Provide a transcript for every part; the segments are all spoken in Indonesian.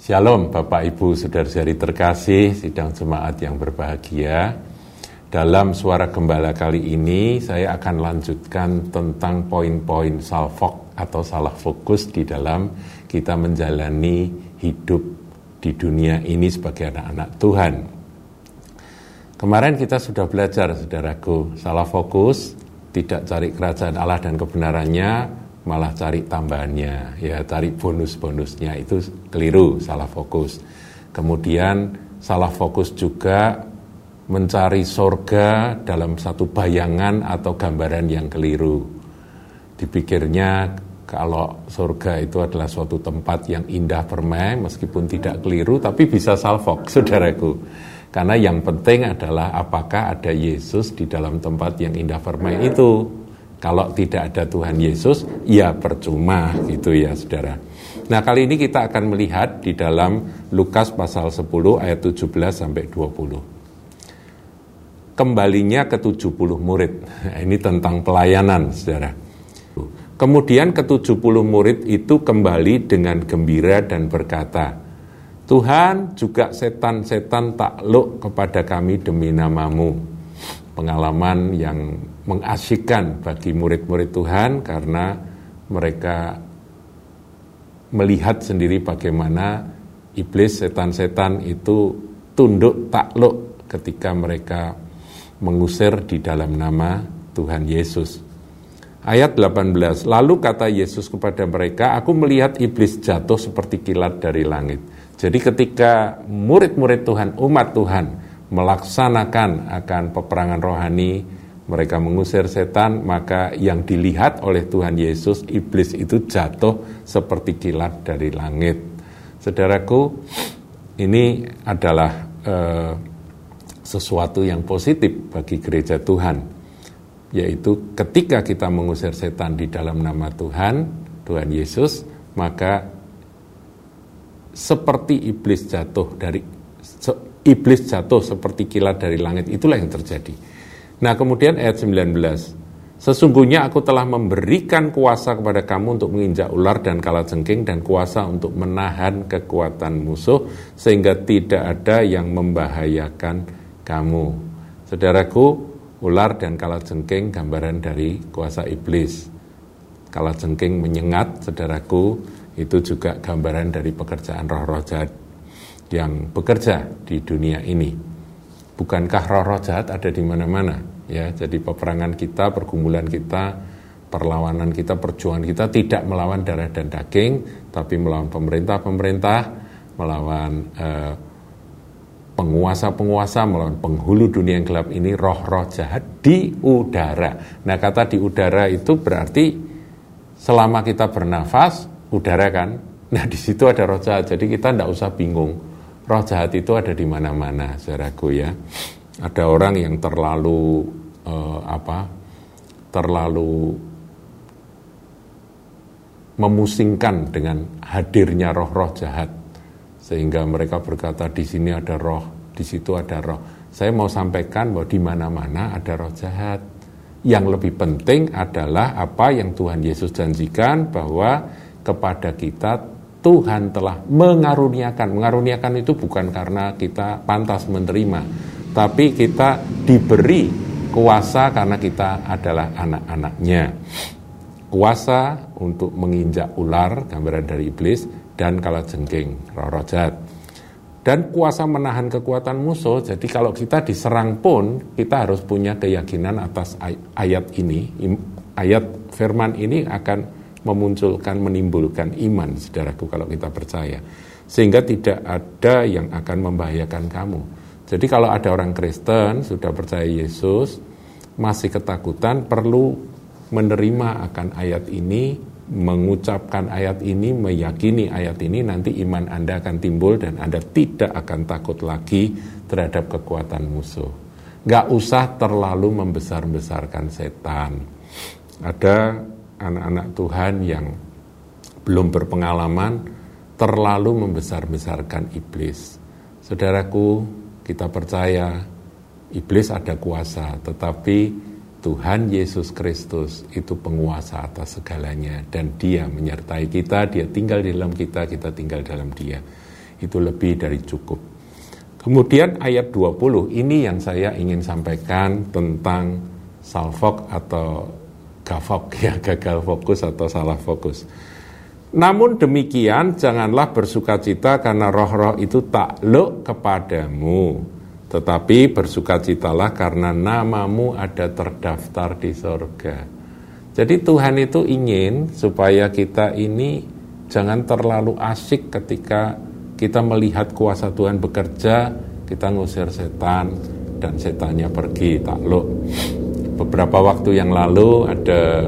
Shalom Bapak Ibu Saudara-saudari terkasih, sidang jemaat yang berbahagia. Dalam Suara Gembala kali ini saya akan lanjutkan tentang poin-poin salfok atau salah fokus di dalam kita menjalani hidup di dunia ini sebagai anak-anak Tuhan. Kemarin kita sudah belajar, saudaraku, salah fokus, tidak cari kerajaan Allah dan kebenarannya, malah cari tambahannya, ya cari bonus-bonusnya, itu keliru, salah fokus. Kemudian salah fokus juga mencari sorga dalam satu bayangan atau gambaran yang keliru. Dipikirnya kalau sorga itu adalah suatu tempat yang indah permai, meskipun tidak keliru, tapi bisa salfok, saudaraku. Karena yang penting adalah apakah ada Yesus di dalam tempat yang indah permai itu. Kalau tidak ada Tuhan Yesus, ya percuma gitu ya saudara. Nah kali ini kita akan melihat di dalam Lukas pasal 10 ayat 17 sampai 20. Kembalinya ke 70 murid. Ini tentang pelayanan saudara. Kemudian ke 70 murid itu kembali dengan gembira dan berkata, Tuhan, juga setan-setan takluk kepada kami demi namamu. Pengalaman yang mengasyikkan bagi murid-murid Tuhan karena mereka melihat sendiri bagaimana iblis, setan-setan itu tunduk takluk ketika mereka mengusir di dalam nama Tuhan Yesus. Ayat 18, lalu kata Yesus kepada mereka, aku melihat iblis jatuh seperti kilat dari langit. Jadi ketika murid-murid Tuhan, umat Tuhan, melaksanakan akan peperangan rohani, mereka mengusir setan, maka yang dilihat oleh Tuhan Yesus, iblis itu jatuh seperti kilat dari langit. Saudaraku, ini adalah sesuatu yang positif bagi gereja Tuhan, yaitu ketika kita mengusir setan di dalam nama Tuhan, Tuhan Yesus, maka seperti iblis jatuh seperti kilat dari langit, itulah yang terjadi. Nah kemudian ayat 19, sesungguhnya aku telah memberikan kuasa kepada kamu untuk menginjak ular dan kalajengking dan kuasa untuk menahan kekuatan musuh sehingga tidak ada yang membahayakan kamu. Saudaraku, ular dan kalajengking gambaran dari kuasa iblis. Kalajengking menyengat, saudaraku, itu juga gambaran dari pekerjaan roh-roh jahat yang bekerja di dunia ini. Bukankah roh-roh jahat ada di mana-mana? Ya, jadi peperangan kita, pergumulan kita, perlawanan kita, perjuangan kita tidak melawan darah dan daging, tapi melawan pemerintah-pemerintah, melawan penguasa-penguasa, melawan penghulu dunia yang gelap ini, roh-roh jahat di udara. Nah, kata di udara itu berarti selama kita bernafas, udara kan? Nah, di situ ada roh jahat, jadi kita tidak usah bingung. Roh jahat itu ada di mana-mana, saudaraku ya. Ada orang yang terlalu memusingkan dengan hadirnya roh-roh jahat, sehingga mereka berkata di sini ada roh, di situ ada roh. Saya mau sampaikan bahwa di mana-mana ada roh jahat. Yang lebih penting adalah apa yang Tuhan Yesus janjikan, bahwa kepada kita Tuhan telah mengaruniakan. Mengaruniakan itu bukan karena kita pantas menerima, tapi kita diberi kuasa karena kita adalah anak-anaknya. Kuasa untuk menginjak ular, gambaran dari iblis, dan kalajengking, roh-roh jahat. Dan kuasa menahan kekuatan musuh. Jadi kalau kita diserang pun, kita harus punya keyakinan atas ayat ini. Ayat firman ini akan menimbulkan iman, saudaraku, kalau kita percaya. Sehingga tidak ada yang akan membahayakan kamu. Jadi kalau ada orang Kristen, sudah percaya Yesus, masih ketakutan, perlu menerima akan ayat ini, mengucapkan ayat ini, meyakini ayat ini, nanti iman Anda akan timbul dan Anda tidak akan takut lagi terhadap kekuatan musuh. Gak usah terlalu membesar-besarkan setan. Ada anak-anak Tuhan yang belum berpengalaman terlalu membesar-besarkan iblis. Saudaraku, kita percaya iblis ada kuasa, tetapi Tuhan Yesus Kristus itu penguasa atas segalanya, dan Dia menyertai kita, Dia tinggal di dalam kita, kita tinggal dalam Dia. itu lebih dari cukup. Kemudian ayat 20, ini yang saya ingin sampaikan tentang salfok atau gafok, ya, gagal fokus atau salah fokus. Namun demikian, janganlah bersukacita karena roh-roh itu takluk kepadamu, tetapi bersukacitalah karena namamu ada terdaftar di sorga. Jadi Tuhan itu ingin supaya kita ini jangan terlalu asyik ketika kita melihat kuasa Tuhan bekerja, kita ngusir setan, dan setannya pergi, takluk. Beberapa waktu yang lalu ada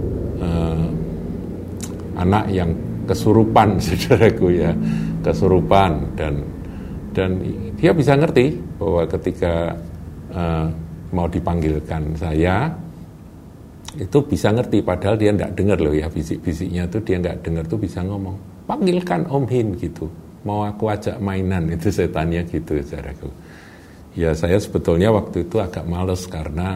anak yang kesurupan, saudaraku ya, kesurupan, dan dia bisa ngerti bahwa ketika mau dipanggilkan saya, itu bisa ngerti, padahal dia enggak dengar loh ya, bisik-bisiknya tuh dia enggak dengar tuh bisa ngomong, panggilkan Om Hin gitu, mau aku ajak mainan, itu setannya gitu, saudaraku. Ya saya sebetulnya waktu itu agak males karena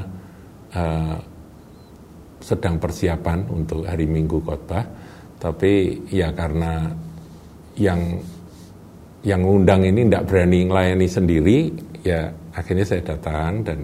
sedang persiapan untuk hari Minggu khotbah, tapi ya karena yang ngundang ini enggak berani melayani sendiri, ya akhirnya saya datang, dan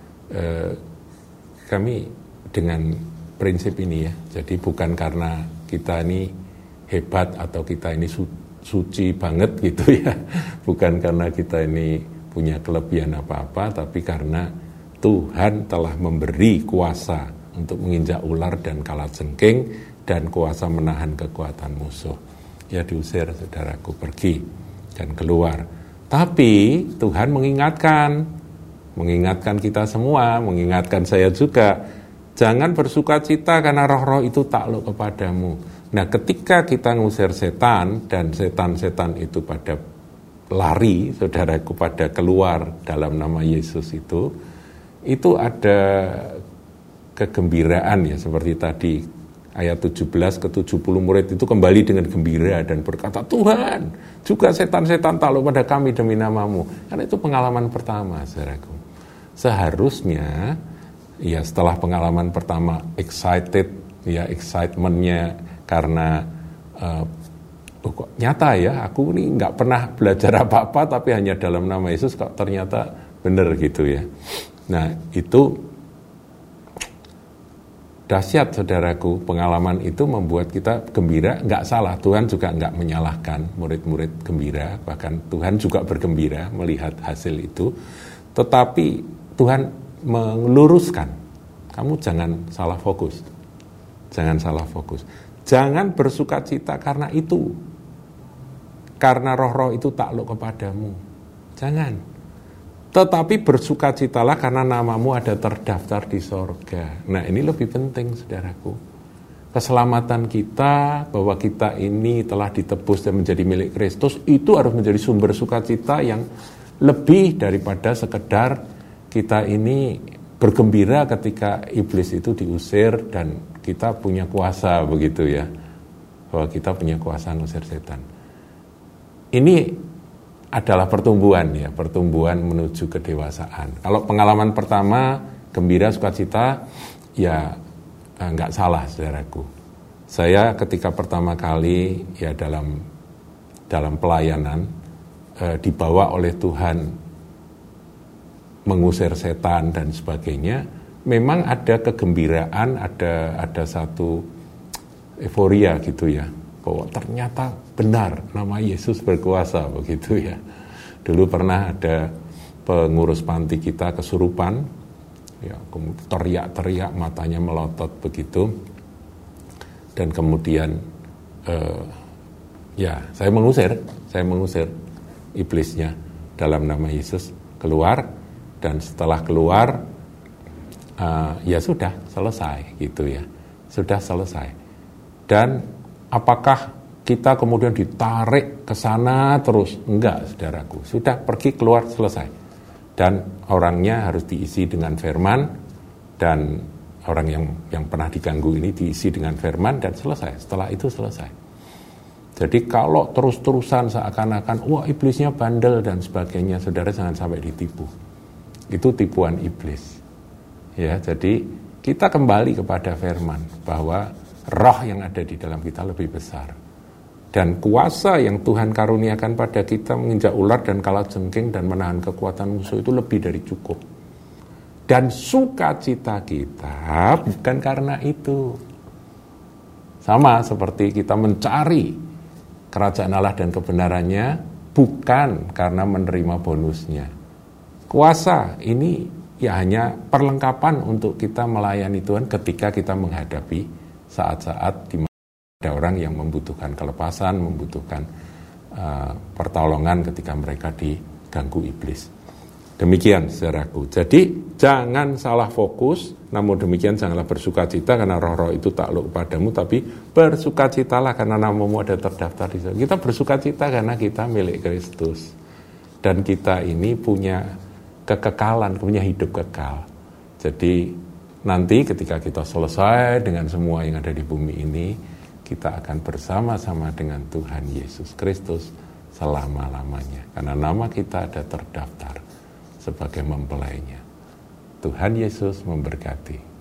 kami dengan prinsip ini ya, jadi bukan karena kita ini hebat atau kita ini suci banget gitu ya, bukan karena kita ini punya kelebihan apa-apa, tapi karena Tuhan telah memberi kuasa untuk menginjak ular dan kalajengking, dan kuasa menahan kekuatan musuh. Ya diusir, saudaraku, pergi dan keluar. Tapi Tuhan mengingatkan kita semua, mengingatkan saya juga, jangan bersukacita karena roh-roh itu takluk kepadamu. Nah, ketika kita ngusir setan dan setan-setan itu pada lari, saudaraku, pada keluar dalam nama Yesus itu ada kegembiraan ya, seperti tadi ayat 17 ke 70 murid itu kembali dengan gembira dan berkata, Tuhan, juga setan-setan takluk pada kami demi namamu. Karena itu pengalaman pertama, saudaraku. Seharusnya ya setelah pengalaman pertama excited, ya excitementnya karena kok nyata ya, aku ini nggak pernah belajar apa-apa tapi hanya dalam nama Yesus kok ternyata benar gitu ya. Nah itu dahsyat, saudaraku. Pengalaman itu membuat kita gembira. Nggak salah, Tuhan juga nggak menyalahkan murid-murid gembira, bahkan Tuhan juga bergembira melihat hasil itu. Tetapi Tuhan meluruskan, kamu jangan salah fokus, jangan bersukacita karena itu, karena roh-roh itu takluk kepadamu, jangan. Tetapi bersukacitalah karena namamu ada terdaftar di sorga. Nah ini lebih penting, saudaraku. Keselamatan kita, bahwa kita ini telah ditebus dan menjadi milik Kristus, itu harus menjadi sumber sukacita yang lebih daripada sekedar kita ini bergembira ketika iblis itu diusir dan kita punya kuasa, begitu ya. Bahwa kita punya kuasa ngusir setan. Ini adalah pertumbuhan ya, pertumbuhan menuju kedewasaan. Kalau pengalaman pertama gembira sukacita ya enggak salah, saudaraku. Saya ketika pertama kali ya dalam pelayanan dibawa oleh Tuhan mengusir setan dan sebagainya, memang ada kegembiraan, ada satu euforia gitu ya, bahwa ternyata benar nama Yesus berkuasa, begitu ya. Dulu pernah ada pengurus panti kita kesurupan, ya, teriak-teriak, matanya melotot begitu, dan kemudian ya saya mengusir iblisnya dalam nama Yesus, keluar, dan setelah keluar ya sudah selesai gitu ya, sudah selesai. Dan apakah kita kemudian ditarik ke sana terus? Enggak, saudaraku. Sudah pergi, keluar, selesai. Dan orangnya harus diisi dengan firman, dan orang yang pernah diganggu ini diisi dengan firman, dan selesai. Setelah itu selesai. Jadi kalau terus-terusan seakan-akan, wah iblisnya bandel dan sebagainya, saudara jangan sampai ditipu. Itu tipuan iblis. Ya, jadi kita kembali kepada firman, bahwa roh yang ada di dalam kita lebih besar. Dan kuasa yang Tuhan karuniakan pada kita menginjak ular dan kalajengking dan menahan kekuatan musuh itu lebih dari cukup. Dan sukacita kita bukan karena itu. Sama seperti kita mencari kerajaan Allah dan kebenarannya bukan karena menerima bonusnya. Kuasa ini ya hanya perlengkapan untuk kita melayani Tuhan ketika kita menghadapi saat-saat di mana ada orang yang membutuhkan kelepasan, membutuhkan pertolongan ketika mereka diganggu iblis. Demikian saudaraku. Jadi jangan salah fokus, namun demikian janganlah bersukacita karena roh-roh itu takluk padamu, tapi bersukacitalah karena namamu ada terdaftar di sana. Kita bersukacita karena kita milik Kristus. Dan kita ini punya kekekalan, punya hidup kekal. Jadi nanti ketika kita selesai dengan semua yang ada di bumi ini, kita akan bersama-sama dengan Tuhan Yesus Kristus selama-lamanya. Karena nama kita ada terdaftar sebagai mempelainya. Tuhan Yesus memberkati.